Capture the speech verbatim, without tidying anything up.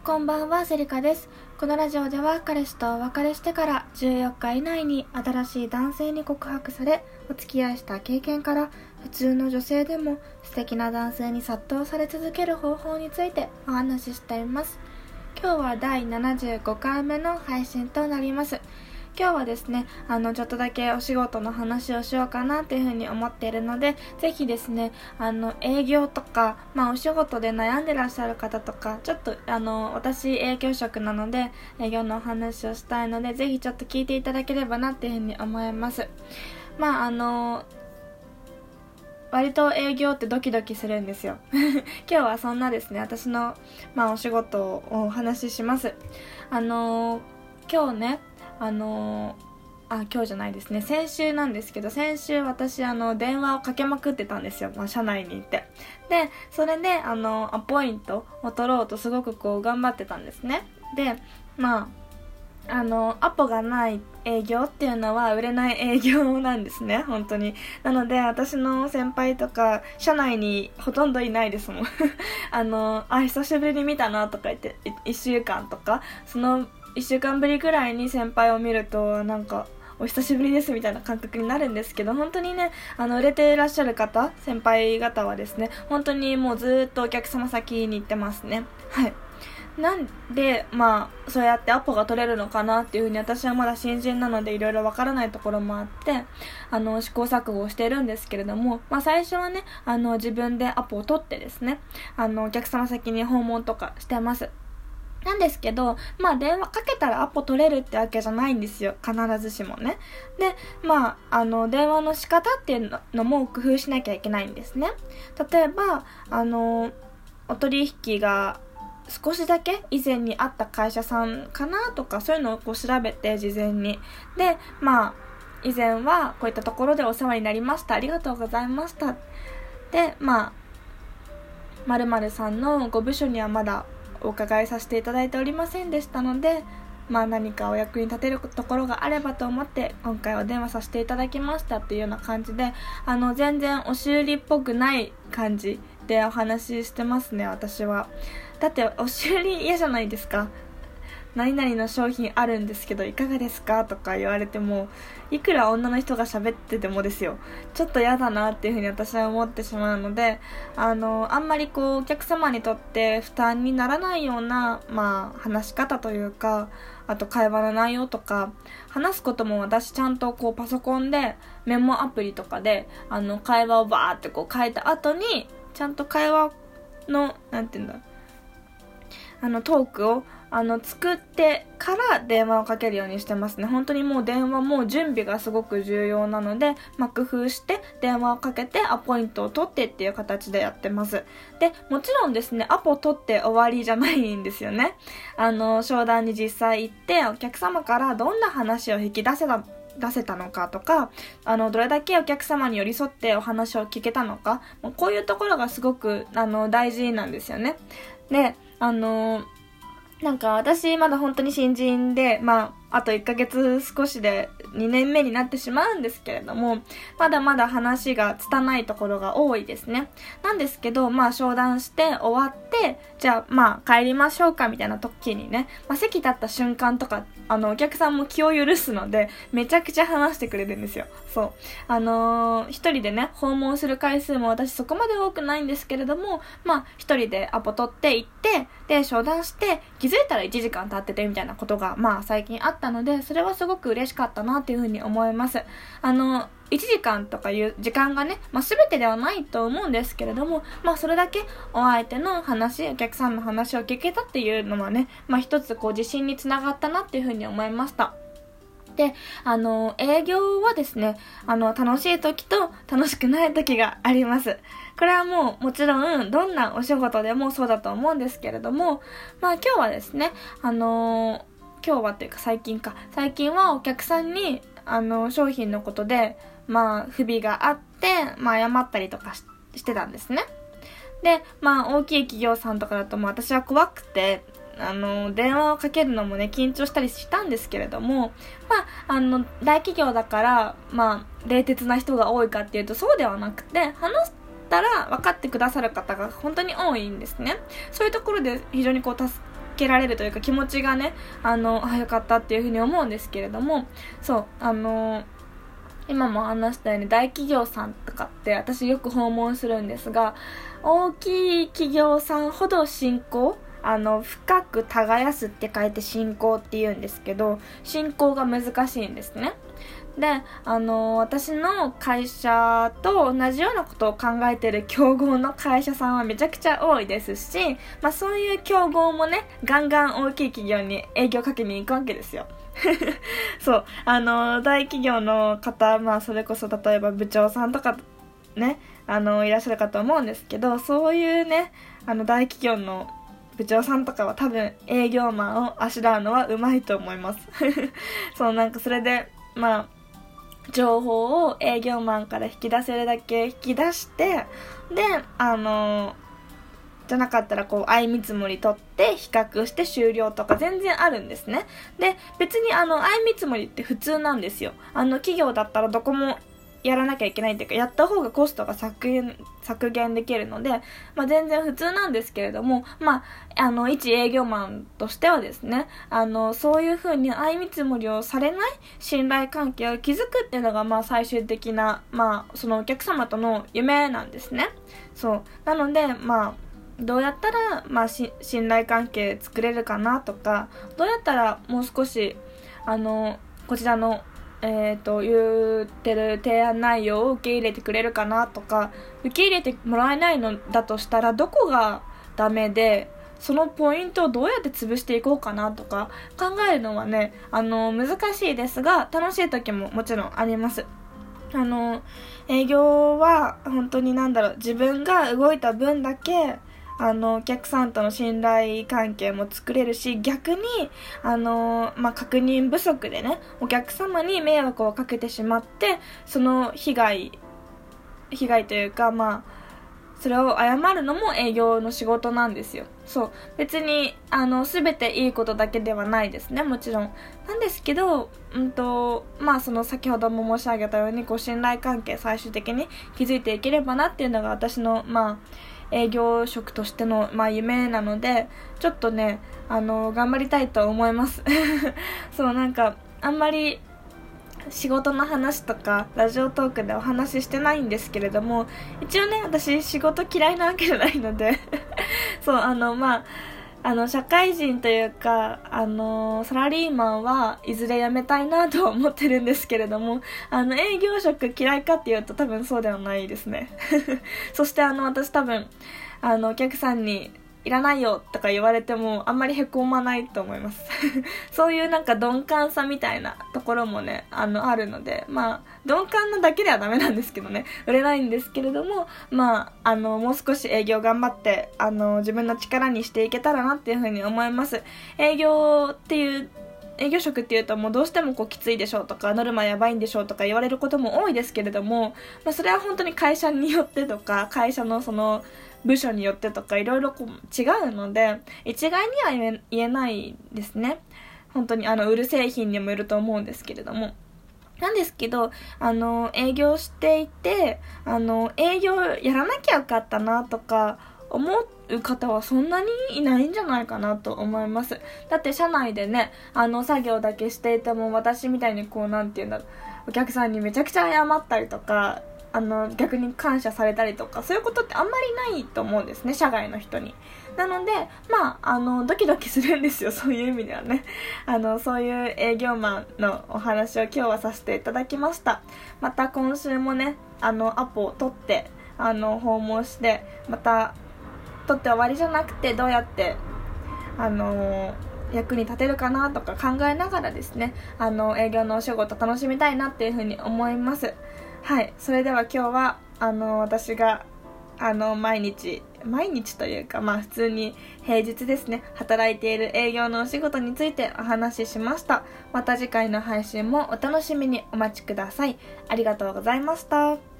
こんばんは、セリカです。このラジオでは彼氏とお別れしてからじゅうよっか以内に新しい男性に告白されお付き合いした経験から普通の女性でも素敵な男性に殺到され続ける方法についてお話ししています。今日はだいななじゅうごかいめの配信となります。今日はですね、あのちょっとだけお仕事の話をしようかなというふうに思っているので、ぜひですね、あの営業とか、まあ、お仕事で悩んでらっしゃる方とか、ちょっとあの私営業職なので営業のお話をしたいので、ぜひちょっと聞いていただければなというふうに思います。まああの割と営業ってドキドキするんですよ今日はそんなですね、私の、まあ、お仕事をお話しします。あの今日ねあのあ今日じゃないですね先週なんですけど、先週私あの電話をかけまくってたんですよ、まあ、社内にいて。でそれであのアポイントを取ろうとすごくこう頑張ってたんですね。でまああのアポがない営業っていうのは売れない営業なんですね、本当に。なので私の先輩とか社内にほとんどいないですもんあのあ久しぶりに見たなとか言っていっしゅうかんとかそのいっしゅうかんぶりくらいに先輩を見るとなんかお久しぶりですみたいな感覚になるんですけど、本当にねあの売れていらっしゃる方先輩方はですね、本当にもうずっとお客様先に行ってますね。はい。なんでまあそうやってアポが取れるのかなっていうふうに、私はまだ新人なのでいろいろわからないところもあってあの試行錯誤をしているんですけれども、まあ、最初はねあの自分でアポを取ってですね、あのお客様先に訪問とかしてます。なんですけど、まあ電話かけたらアポ取れるってわけじゃないんですよ、必ずしもね。で、まあ、あの、電話の仕方っていうのも工夫しなきゃいけないんですね。例えば、あの、お取引が少しだけ以前にあった会社さんかなとか、そういうのをこう調べて事前に。で、まあ、以前はこういったところでお世話になりました。ありがとうございました。で、まあ、〇〇さんのご部署にはまだお伺いさせていただいておりませんでしたので、まあ何かお役に立てるところがあればと思って今回お電話させていただきましたっていうような感じで、あの全然押し売りっぽくない感じでお話ししてますね、私は。だって押し売り嫌じゃないですか。何々の商品あるんですけどいかがですかとか言われても、いくら女の人が喋っててもですよ、ちょっと嫌だなっていうふうに私は思ってしまうので、あのあんまりこうお客様にとって負担にならないような、まあ、話し方というか、あと会話の内容とか話すことも、私ちゃんとこうパソコンでメモアプリとかであの会話をバーってこう書いた後にちゃんと会話のなんていうんだあのトークをあの作ってから電話をかけるようにしてますね。本当にもう電話も準備がすごく重要なので、まあ、工夫して電話をかけてアポイントを取ってっていう形でやってます。でもちろんですね、アポ取って終わりじゃないんですよね。あの商談に実際行ってお客様からどんな話を引き出せた出せたのかとか、あのどれだけお客様に寄り添ってお話を聞けたのか、こういうところがすごくあの大事なんですよね。であのなんか私まだ本当に新人で、まああといっかげつ少しでにねんめになってしまうんですけれども、まだまだ話が拙いところが多いですね。なんですけど、まあ商談して終わって、じゃあまあ帰りましょうかみたいな時にね、まあ、席立った瞬間とか、あのお客さんも気を許すのでめちゃくちゃ話してくれるんですよ。そうあのー、一人でね訪問する回数も私そこまで多くないんですけれども、まあ一人でアポ取って行って、で商談して気づいたらいちじかん経っててみたいなことがまあ最近あったので、それはすごく嬉しかったなっていうふうに思います。あのいちじかんとかいう時間がね、まあ、全てではないと思うんですけれども、まあ、それだけお相手の話、お客さんの話を聞けたっていうのはね、まあ、一つこう自信につながったなっていうふうに思いました。で、あの営業はですね、あの楽しい時と楽しくない時があります。これはもうもちろんどんなお仕事でもそうだと思うんですけれども、まあ今日はですね、あの今日はというか最近か最近はお客さんにあの商品のことでまあ不備があって、まあ、謝ったりとか し, してたんですね。でまあ大きい企業さんとかだともう私は怖くてあの電話をかけるのもね緊張したりしたんですけれども、まああの大企業だからまあ冷徹な人が多いかっていうとそうではなくて、話したら分かってくださる方が本当に多いんですね。そういうところで非常にこう助けられるというか、気持ちがね、あの、あ、よかったっていうふうに思うんですけれども、そう、あの、今も話したように大企業さんとかって私よく訪問するんですが、大きい企業さんほど信仰、あの深く耕すって書いて信仰って言うんですけど、信仰が難しいんですね。で、あの私の会社と同じようなことを考えている競合の会社さんはめちゃくちゃ多いですし、まあ、そういう競合もね、ガンガン大きい企業に営業かけに行くわけですよ。そう、あの大企業の方、まあ、それこそ例えば部長さんとかね、あのいらっしゃるかと思うんですけど、そういうね、あの大企業の部長さんとかは多分営業マンをあしらうのはうまいと思います。そう、なんかそれでまあ情報を営業マンから引き出せるだけ引き出して、で、あのじゃなかったらこう相見積もり取って比較して終了とか全然あるんですね。で、別にあの相見積もりって普通なんですよ。あの企業だったらどこもやらなきゃいけないっていうか、やった方がコストが削減削減できるので、まあ、全然普通なんですけれども、まあ、あの一営業マンとしてはですね、あのそういう風に相見積もりをされない信頼関係を築くっていうのが、まあ最終的な、まあそのお客様との夢なんですね。そうなので、まあどうやったら、まあ、し信頼関係作れるかなとか、どうやったらもう少しあのこちらのえーと、言ってる提案内容を受け入れてくれるかなとか、受け入れてもらえないのだとしたらどこがダメで、そのポイントをどうやって潰していこうかなとか考えるのはね、あの難しいですが楽しい時ももちろんあります。あの営業は本当になんだろう、自分が動いた分だけあのお客さんとの信頼関係も作れるし、逆にあの、まあ、確認不足でね、お客様に迷惑をかけてしまって、その被害被害というか、まあそれを謝るのも営業の仕事なんですよ。そう、別にあの全ていいことだけではないですね、もちろんなんですけど、うんとまあその先ほども申し上げたように、こう信頼関係最終的に築いていければなっていうのが私のまあ営業職としての、まあ、夢なので、ちょっとねあの頑張りたいと思います。そうなんかあんまり仕事の話とかラジオトークでお話ししてないんですけれども、一応ね私仕事嫌いなわけじゃないのでそうあのまああの社会人というかあのサラリーマンはいずれ辞めたいなとは思ってるんですけれども、あの営業職嫌いかっていうと多分そうではないですね。そしてあの私多分あのお客さんにいらないよとか言われてもあんまりへこまないと思います。そういうなんか鈍感さみたいなところもね あのあるので、まあ鈍感なだけではダメなんですけどね、売れないんですけれども、まああのもう少し営業頑張ってあの自分の力にしていけたらなっていうふうに思います。営業っていう営業職っていうともうどうしてもこうきついでしょうとかノルマやばいんでしょうとか言われることも多いですけれども、まあ、それは本当に会社によってとか会社のその部署によってとかいろいろこう違うので一概には言え、言えないですね。本当にあの売る製品にもよると思うんですけれども、なんですけどあの営業していてあの営業やらなきゃよかったなとか思う方はそんなにいないんじゃないかなと思います。だって社内でねあの作業だけしていても私みたいにこうなんていうんだろう、お客さんにめちゃくちゃ謝ったりとかあの逆に感謝されたりとかそういうことってあんまりないと思うんですね、社外の人に。なのでまああのドキドキするんですよ、そういう意味ではね。あのそういう営業マンのお話を今日はさせていただきました。また今週もねあのアポを取ってあの訪問してまた取って終わりじゃなくてどうやってあの役に立てるかなとか考えながらですね、あの営業のお仕事楽しみたいなっていうふうに思います。はい、それでは今日はあの私があの毎日毎日というかまあ普通に平日ですね働いている営業のお仕事についてお話ししました。また次回の配信もお楽しみにお待ちください。ありがとうございました。